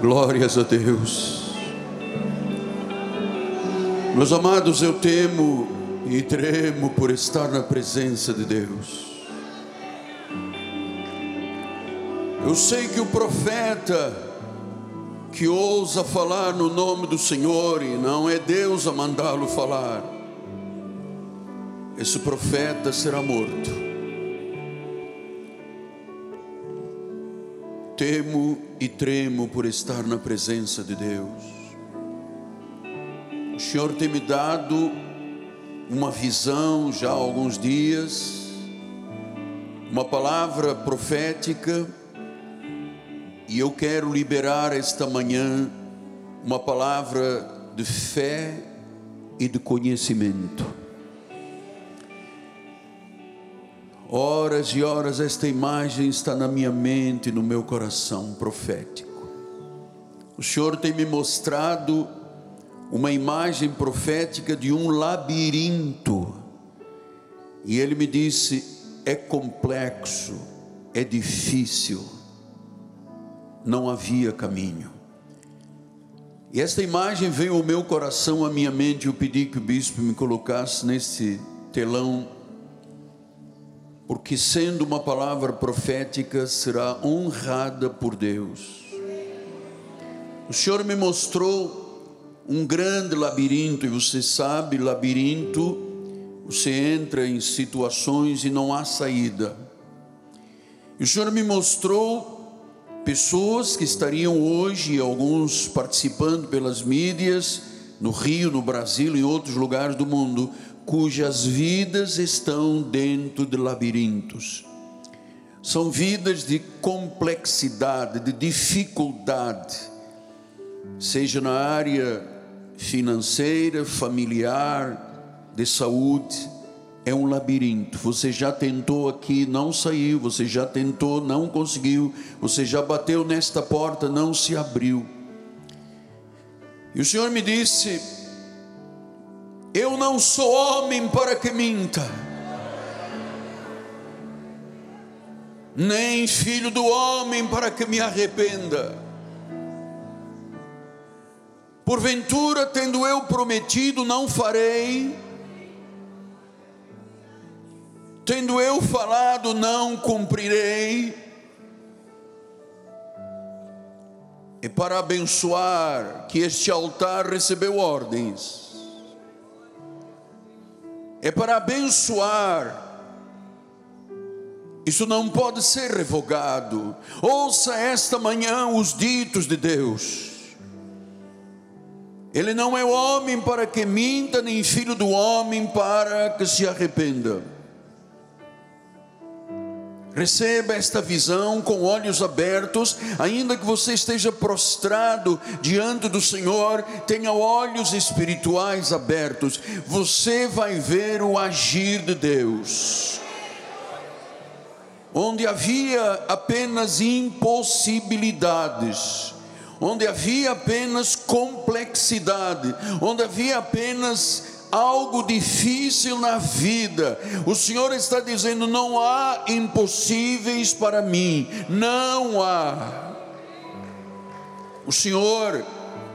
Glórias a Deus. Meus amados, eu temo e tremo por estar na presença de Deus. Eu sei que o profeta que ousa falar no nome do Senhor e não é Deus a mandá-lo falar, esse profeta será morto. Temo e tremo por estar na presença de Deus. O Senhor tem me dado uma visão já há alguns dias, uma palavra profética, e eu quero liberar esta manhã uma palavra de fé e de conhecimento. Horas e horas esta imagem está na minha mente e no meu coração profético. O Senhor tem me mostrado uma imagem profética de um labirinto, e Ele me disse: é complexo, é difícil, não havia caminho. E esta imagem veio ao meu coração, à minha mente. Eu pedi que o bispo me colocasse nesse telão, porque sendo uma palavra profética, será honrada por Deus. O Senhor me mostrou um grande labirinto, e você sabe, labirinto, você entra em situações e não há saída. E o Senhor me mostrou pessoas que estariam hoje, alguns participando pelas mídias, no Rio, no Brasil e em outros lugares do mundo, cujas vidas estão dentro de labirintos. São vidas de complexidade, de dificuldade, seja na área financeira, familiar, de saúde. É um labirinto. Você já tentou aqui, não saiu. Você já tentou, não conseguiu. Você já bateu nesta porta, não se abriu. E o Senhor me disse: eu não sou homem para que minta, nem filho do homem para que me arrependa. Porventura, tendo eu prometido, não farei; tendo eu falado, não cumprirei. É para abençoar que este altar recebeu ordens. É para abençoar. Isso não pode ser revogado. Ouça esta manhã os ditos de Deus. Ele não é homem para que minta, nem filho do homem para que se arrependa. Receba esta visão com olhos abertos, ainda que você esteja prostrado diante do Senhor, tenha olhos espirituais abertos. Você vai ver o agir de Deus. Onde havia apenas impossibilidades, onde havia apenas complexidade, onde havia apenas algo difícil na vida, o Senhor está dizendo: não há impossíveis para mim, não há. O Senhor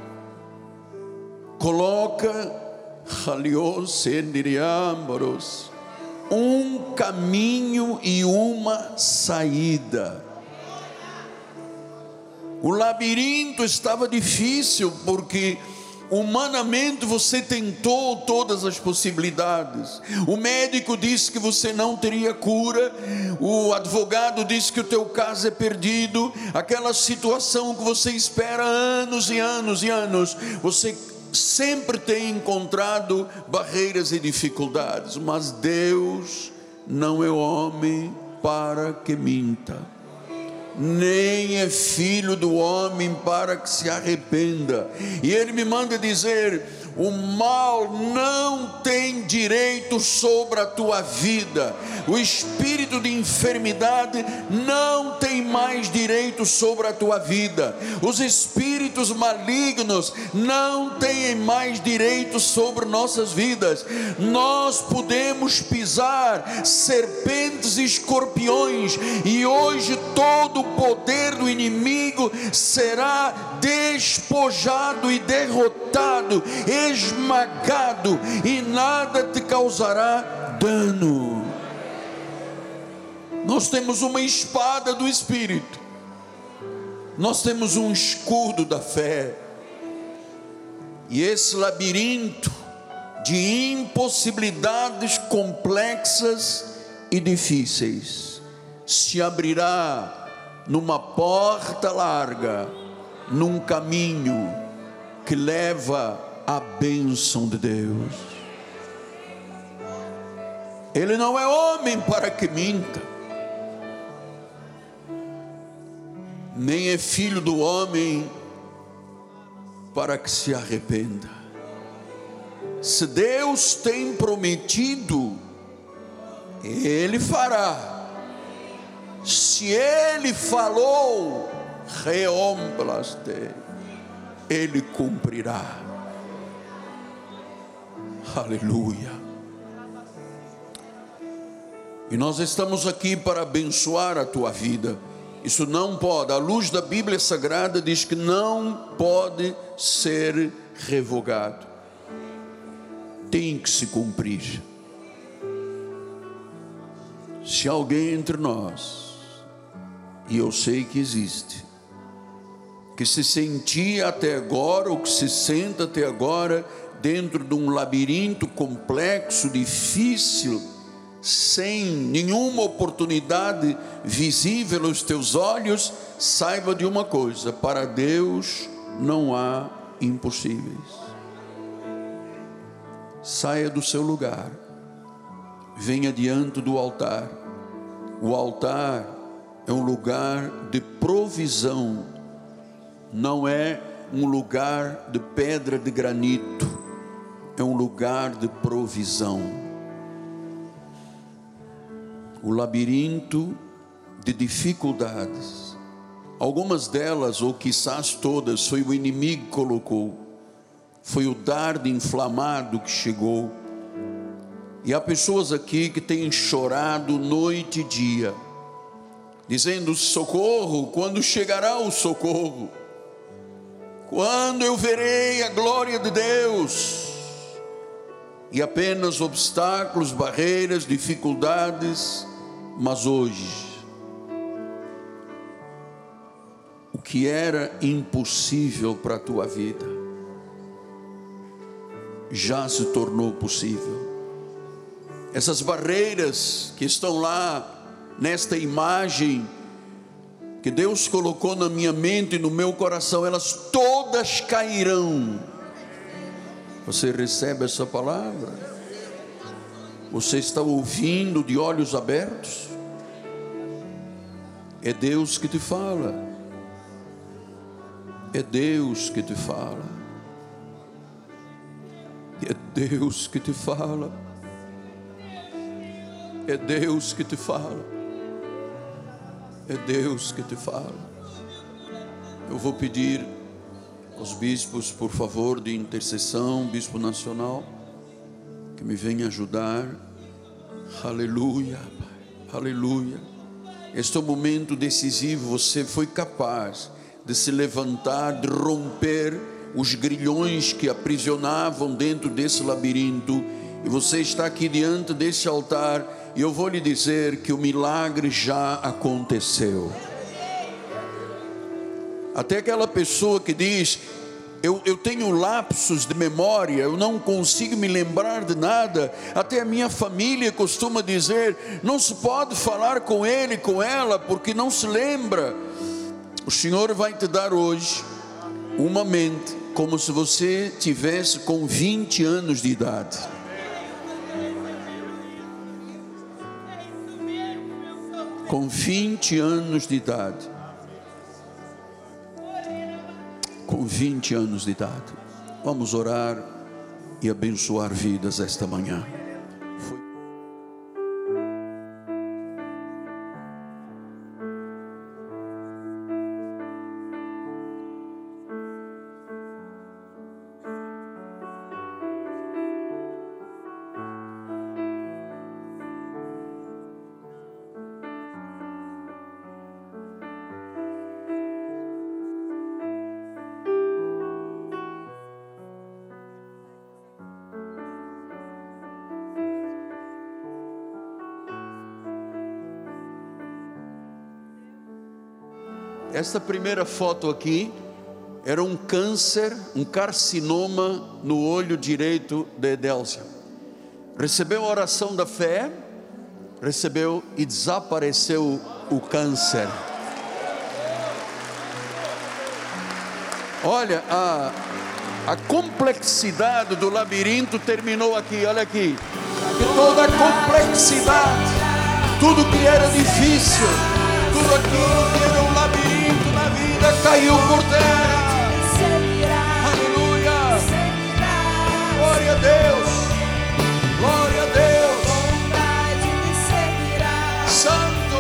coloca um caminho e uma saída. O labirinto estava difícil porque humanamente você tentou todas as possibilidades. O médico disse que você não teria cura, o advogado disse que o teu caso é perdido. Aquela situação que você espera anos e anos e anos, você sempre tem encontrado barreiras e dificuldades. Mas Deus não é homem para que minta, nem é filho do homem para que se arrependa. E Ele me manda dizer: o mal não tem direito sobre a tua vida. O espírito de enfermidade não tem mais direito sobre a tua vida. Os espíritos malignos não têm mais direito sobre nossas vidas. Nós podemos pisar serpentes e escorpiões, e hoje todo o poder do inimigo será despojado e derrotado, esmagado, e nada te causará dano. Nós temos uma espada do Espírito, nós temos um escudo da fé, e esse labirinto de impossibilidades complexas e difíceis se abrirá numa porta larga, num caminho que leva à bênção de Deus. Ele não é homem para que minta, nem é filho do homem para que se arrependa. Se Deus tem prometido, Ele fará. Se Ele falou, reomblaste, Ele cumprirá. Aleluia. E nós estamos aqui para abençoar a tua vida. Isso não pode, a luz da Bíblia Sagrada diz que não pode ser revogado. Tem que se cumprir. Se alguém entre nós, e eu sei que existe, que se sentia até agora, ou que se senta até agora, dentro de um labirinto complexo, difícil, sem nenhuma oportunidade visível aos teus olhos, saiba de uma coisa: para Deus não há impossíveis. Saia do seu lugar, venha diante do altar. O altar é um lugar de provisão, não é um lugar de pedra de granito, é um lugar de provisão. O labirinto de dificuldades, algumas delas, ou quizás todas, foi o inimigo que colocou, foi o dardo inflamado que chegou. E há pessoas aqui que têm chorado noite e dia, dizendo: socorro, quando chegará o socorro? Quando eu verei a glória de Deus? E apenas obstáculos, barreiras, dificuldades. Mas hoje, o que era impossível para a tua vida, já se tornou possível. Essas barreiras que estão lá, nesta imagem, que Deus colocou na minha mente e no meu coração, elas todas cairão. Você recebe essa palavra? Você está ouvindo de olhos abertos? É Deus que te fala. É Deus que te fala. É Deus que te fala. É Deus que te fala. É Deus que te fala. Eu vou pedir aos bispos, por favor, de intercessão, bispo nacional, que me venha ajudar. Aleluia, Pai. Aleluia. Este é um momento decisivo. Você foi capaz de se levantar, de romper os grilhões que aprisionavam dentro desse labirinto, e você está aqui diante desse altar, e eu vou lhe dizer que o milagre já aconteceu. Até aquela pessoa que diz: eu tenho lapsos de memória, eu não consigo me lembrar de nada. Até a minha família costuma dizer: não se pode falar com ele, com ela, porque não se lembra. O Senhor vai te dar hoje uma mente como se você tivesse com 20 anos de idade. Com 20 anos de idade. Com 20 anos de idade. Vamos orar e abençoar vidas esta manhã. Esta primeira foto aqui era um câncer, um carcinoma no olho direito de Edélcia. Recebeu a oração da fé, recebeu e desapareceu o câncer. Olha, a complexidade do labirinto terminou aqui, olha aqui. E toda a complexidade, tudo que era difícil, tudo aquilo que era um labirinto na vida caiu por terra. Aleluia! Glória a Deus! Glória a Deus! Santo!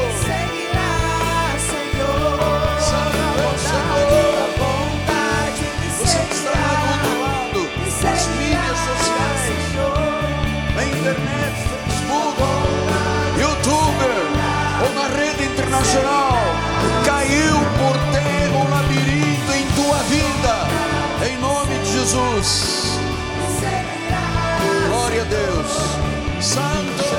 Santo é o Senhor! Você que está lá do outro lado, nas mídias sociais, na internet, Facebook, YouTuber ou na rede internacional, caiu por terra um labirinto em tua vida, em nome de Jesus. Glória a Deus. Santo,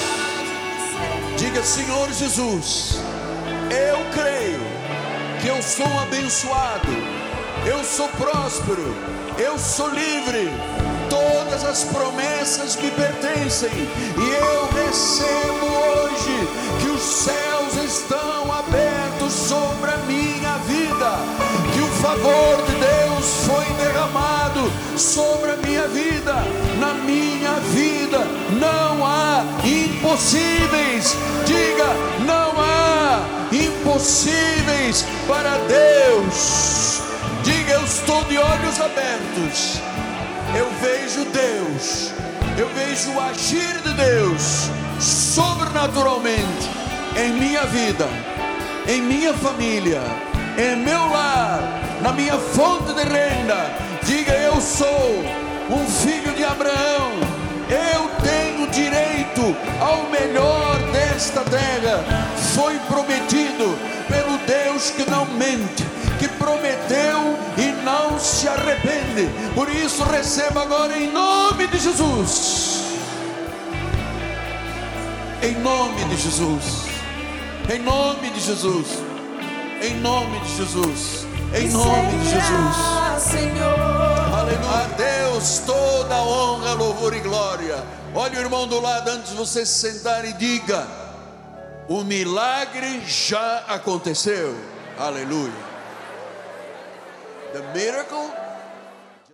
diga: Senhor Jesus, eu creio que eu sou abençoado, eu sou próspero, eu sou livre, todas as promessas me pertencem, e eu recebo hoje que os céus estão abertos sobre a minha vida, que o favor de Deus foi derramado sobre a minha vida. Na minha vida não há impossíveis. Diga: não há impossíveis para Deus. Diga: eu estou de olhos abertos. Eu vejo Deus, eu vejo o agir de Deus sobrenaturalmente em minha vida, em minha família, em meu lar, na minha fonte de renda. Diga: eu sou um filho de Abraão, eu tenho direito ao melhor desta terra. Foi prometido pelo Deus que não mente, que prometeu e não se arrepende. Por isso receba agora em nome de Jesus. Em nome de Jesus. Em nome de Jesus. Em nome de Jesus. Em nome de Jesus. Senhor. Aleluia. A Deus toda a honra, louvor e glória. Olha o irmão do lado, antes de você se sentar, e diga: o milagre já aconteceu. Aleluia. The miracle